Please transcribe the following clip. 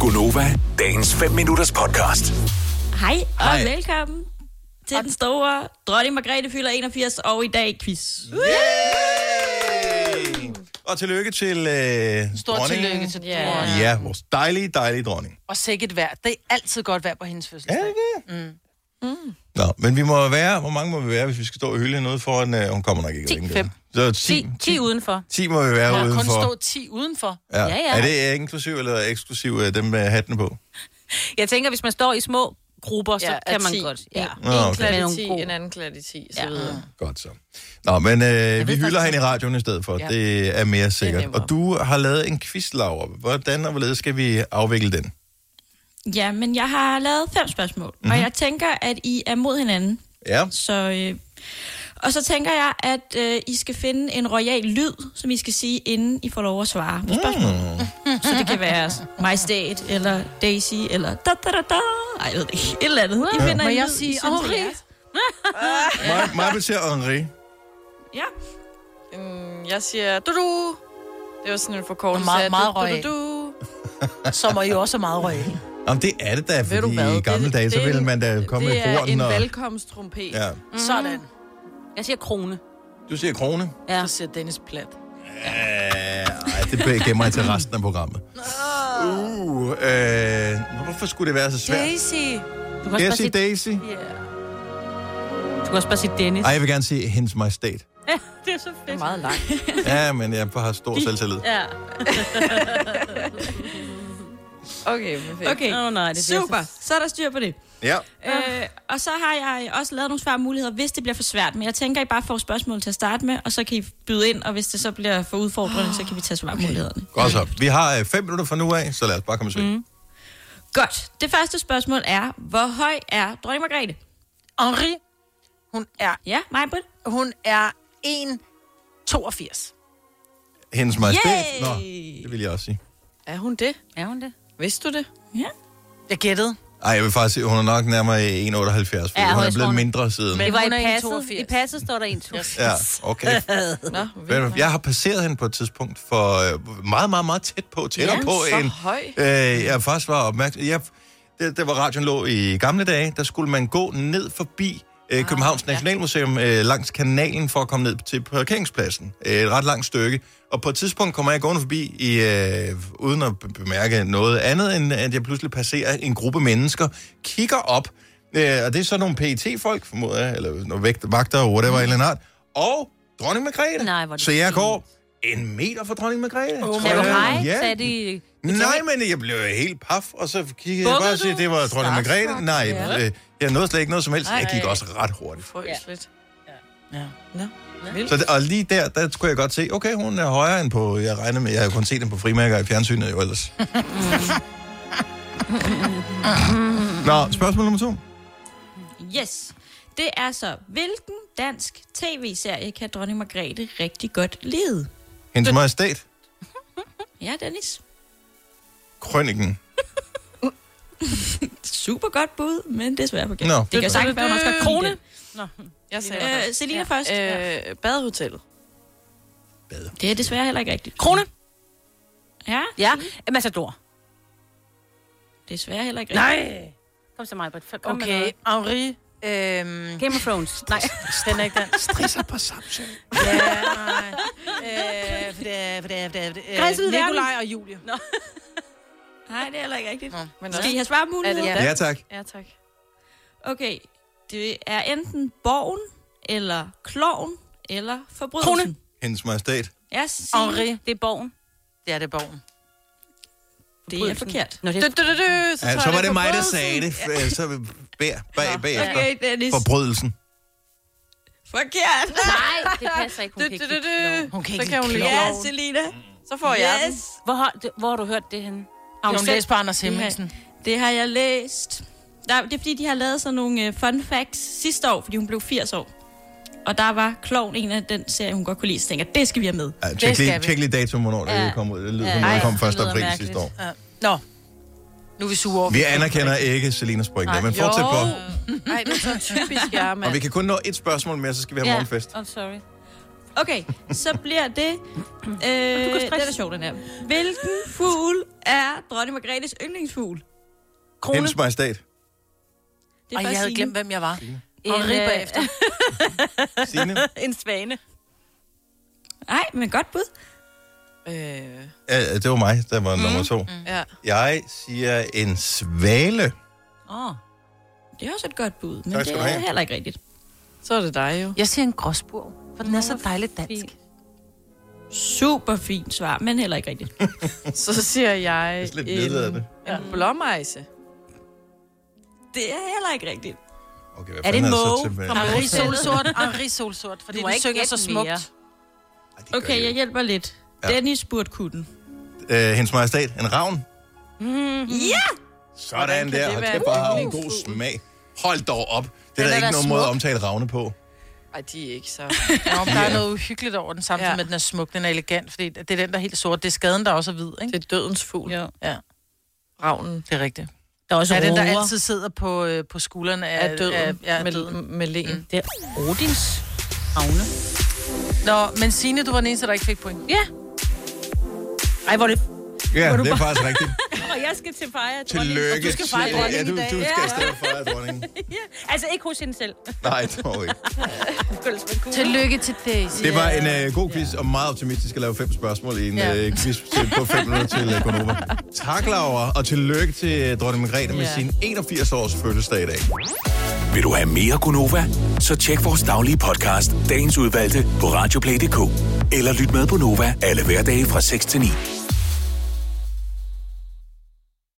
Gunova, dagens 5 minutters podcast. Hej og velkommen til den store Dronning Margrethe fylder 81, og i dag quiz. Yay! Og tillykke til Stort dronningen. tillykke til dronningen. Ja, vores dejlige dronning. Og sikkert vejr. Det er altid godt vejr på hendes fødselsdag. Ja, det. Nå, men vi må være, hvor mange må vi være, hvis vi skal stå og hylde noget foran, hun kommer nok ikke. 10, 5. Så 10 udenfor. 10 må vi være Der udenfor. kun stå 10 udenfor. Ja. Ja. Er det inklusiv eller eksklusiv dem med hattene på? Jeg tænker, hvis man står i små grupper, så kan man 10. godt. Ja. Nå, En okay. klat Med i nogle 10, gode. en anden klat i 10, så videre. Godt så. Nå, men vi hylder faktisk hende i radioen i stedet for. Ja. Det er mere sikkert. nemmere. Og du har lavet en quiz, Laura. Hvordan og hvorledes skal vi afvikle den? Ja, men jeg har lavet 5 spørgsmål, og jeg tænker, at I er mod hinanden. Ja. Så, og så tænker jeg, at I skal finde en royal lyd, som I skal sige, inden I får lov at svare på spørgsmålet. Så det kan være Majestæt, eller Daisy, eller da-da-da-da. Ej, jeg ved det ikke. Et eller andet. I finder Må en jeg lyd, I sige synes, det er. Mig betyder Henri. Ja. Jeg siger du. Det var sådan en forkortelse. Meget af royal. du. Som er jo også meget royal. Jamen, det er det da, Ved du fordi hvad? i gamle dage, så ville man da komme med Det er porten. en velkomsttrompet. Ja. Sådan. Jeg siger krone. Du siger krone? Ja. Så siger Dennis plat. Ej, det gemmer jeg til resten af programmet. Hvorfor skulle det være så svært? Daisy. Du kan Kan jeg også sige bare sige, Daisy? du kan også bare sige Dennis. Ej, jeg vil gerne sige hendes majestæt. Ja, det er så Det er fedt. meget langt. Ja, men jeg har stor selvtillid. Ja. Okay, perfekt. Okay, Nej, det bliver super. Så er der styr på det. Ja. Og så har jeg også lavet nogle svarmuligheder, hvis det bliver for svært. Men jeg tænker, I bare får spørgsmål til at starte med, og så kan I byde ind, og hvis det så bliver for udfordrende, så kan vi tage svarmulighederne. Godt så. Vi har 5 minutter fra nu af, så lad os bare komme i sving. Godt. Det første spørgsmål er, hvor høj er Dronning Margrethe? Henri. Ja, Maj-Brit? Hun er 1,82. Hendes majestæt? Yay! Nå, det vil jeg også sige. Er hun det? Er hun det? Vidste du det? Ja. Jeg gættede. Ej, jeg vil faktisk sige, hun er nok nærmere 1,78, for Ja, hun er højst blevet hun. mindre siden. Det var hun er i passet. 1,82. I passet står der 1,82. Ja, okay. Nå, Jeg har passeret hende på et tidspunkt for meget, meget, meget tæt på. Tættere på så en... høj. Jeg faktisk var opmærksom. Der var radioen lå i gamle dage, der skulle man gå ned forbi Københavns Nationalmuseum langs kanalen for at komme ned til parkeringspladsen. Et ret langt stykke. Og på et tidspunkt kommer jeg gående forbi, uden at bemærke noget andet, end at jeg pludselig passerer en gruppe mennesker, kigger op, og det er så nogle PET-folk, formoder jeg, eller nogle vagter, eller whatever, eller art, og dronning Margrethe. Nej, hvor er det så jeg fint. går 1 meter fra dronning Margrethe. Sagde du hej? Ja. Sagde de... Nej, men jeg blev helt paf, og så kiggede jeg bare og sige, det var dronning Margrethe. Nej, jeg nåede slet ikke noget som helst. Jeg gik også ret hurtigt. Frøsligt. Ja. Nå. Så og lige der skulle jeg godt se, okay, hun er højere end på, jeg regner med, jeg har kun set den på frimærker i fjernsynet jo ellers. Nå, spørgsmål nummer 2. Yes. Det er så, hvilken dansk tv-serie kan Dronning Margrethe rigtig godt lide? Hendes majestæt, Ja, Dennis. krøniken. Super godt bud, men desværre på gæld. Nå. Det kan sagtens være, hun også godt kan lide Nå. Jeg sagde det. Selina først. Badehotellet. Det er desværre heller ikke rigtigt. Krone? Ja, Ja. Matador. desværre heller ikke rigtigt. Nej. Kom så mig, Britt. Kom med Okay, noget. Henri. Game of Thrones. Nej. Den er ikke den. Strisser på Samsø. Ja, nej. Græsset verden. Nikolaj og Julie. Nej, det er heller ikke rigtigt. Men Skal I have svarmuligheder? Er det Ja, tak. Ja, tak. Okay, det er enten Borgen, eller Klovn, eller Forbrydelsen. Krone. Hendes majestæt. Ja, Signe. Henri. Det er Borgen. Det er det Borgen. Det er forkert. Nå, det er... Ja, så var det mig, der sagde det. Så bagefter. Okay, Dennis. Forbrydelsen. Forkert. Nej, det passer ikke. Hun kan ikke lide klovn. Hun kan Så ikke kan hun lide lide Ja, klovn. Selina. Så får jeg den. Yes. Hvor har du hørt det henne? Har hun selv- læst på Anders Hemmingsen? Det har jeg læst. Nej, det er fordi, de har lavet sådan nogle fun facts sidste år, fordi hun blev 80 år. Og der var Klovn en af den serie, hun godt kunne lide. Så tænker jeg, det skal vi have med. Ja, Det skal vi. tjek lige datum, hvornår det Ja. kom ud. Det lyder Ja. som om det kom Ej, 1. det lyder april mærkeligt. sidste år. Ja. Nå. Nu er vi sure over. Vi anerkender ikke Selinas pointe, men fortsæt på. Nej, det er så typisk, jeg, mand. Og vi kan kun nå et spørgsmål mere, så skal vi have morgenfest. Oh, sorry. Okay, så bliver det... det er sjovt, den her. Hvilken fugl er dronning Margrethes yndlingsfugl? Krone. Hendes Majestæt. Det er Og først jeg havde Signe. glemt, hvem jeg var. En, Og ribber efter. Signe? en svane. Nej, men godt bud. Ja, det var mig, der var nummer 2. Ja. Jeg siger en svale. Det er også et godt bud, men Tak skal det du er have. heller ikke rigtigt. Så er det dig jo. Jeg siger en gråsbog, for den er så dejligt dansk. Super fint svar, men heller ikke rigtigt. Så siger jeg lidt nedladende. en blåmejse. Det er heller ikke rigtigt. Okay, hvad Er det fanden en så måge tilbage? fra Henri Solsort. Henri Solsort, fordi Du må den ikke synger gætte så smukt. mere. Ej, det gør Okay, de jeg jo. hjælper lidt. Ja. Dennis Spurtkutten. Hendes Majestæt, en ravn. Ja! Sådan kan der. det Hold være kæft, en hvor har hun god yndlingsfugl? smag. Hold dog op. Det Den er er der ikke da nogen måde at smuk. omtale ravne på. Ej, de er ikke så... Nå, der er noget uhyggeligt over den, samtidig Ja. med, at den er smuk, den er elegant, fordi det er den, der er helt sort. Det er skaden, der også er hvid, ikke? Det er dødens fugl. Ja. Ja, Ravnen det er rigtigt. Der er også Det er den, der råger. altid sidder på skuldrene af døden af døden. med len. Det er Odins havne. Nå, men Signe, du var den eneste, der ikke fik point. Ja. Ej, hvor det... Ja, det er faktisk rigtigt. Og jeg skal til fejre Tillykke. Du skal fejre til- dronningen Ja, i dag. du skal afsted og fejre dronningen. Altså ikke hos hende selv. Nej, dog ikke. Tillykke til Daisy. Det var en god quiz, og meget optimistisk at lave 5 spørgsmål i en quiz på 5 minutter til Gonova. Tak, Laura, og tillykke til dronning Margrethe med sin 81-års fødselsdag i dag. Vil du have mere Gonova? Så tjek vores daglige podcast, dagens udvalgte, på radioplay.dk. Eller lyt med på Nova alle hverdage fra 6 til 9.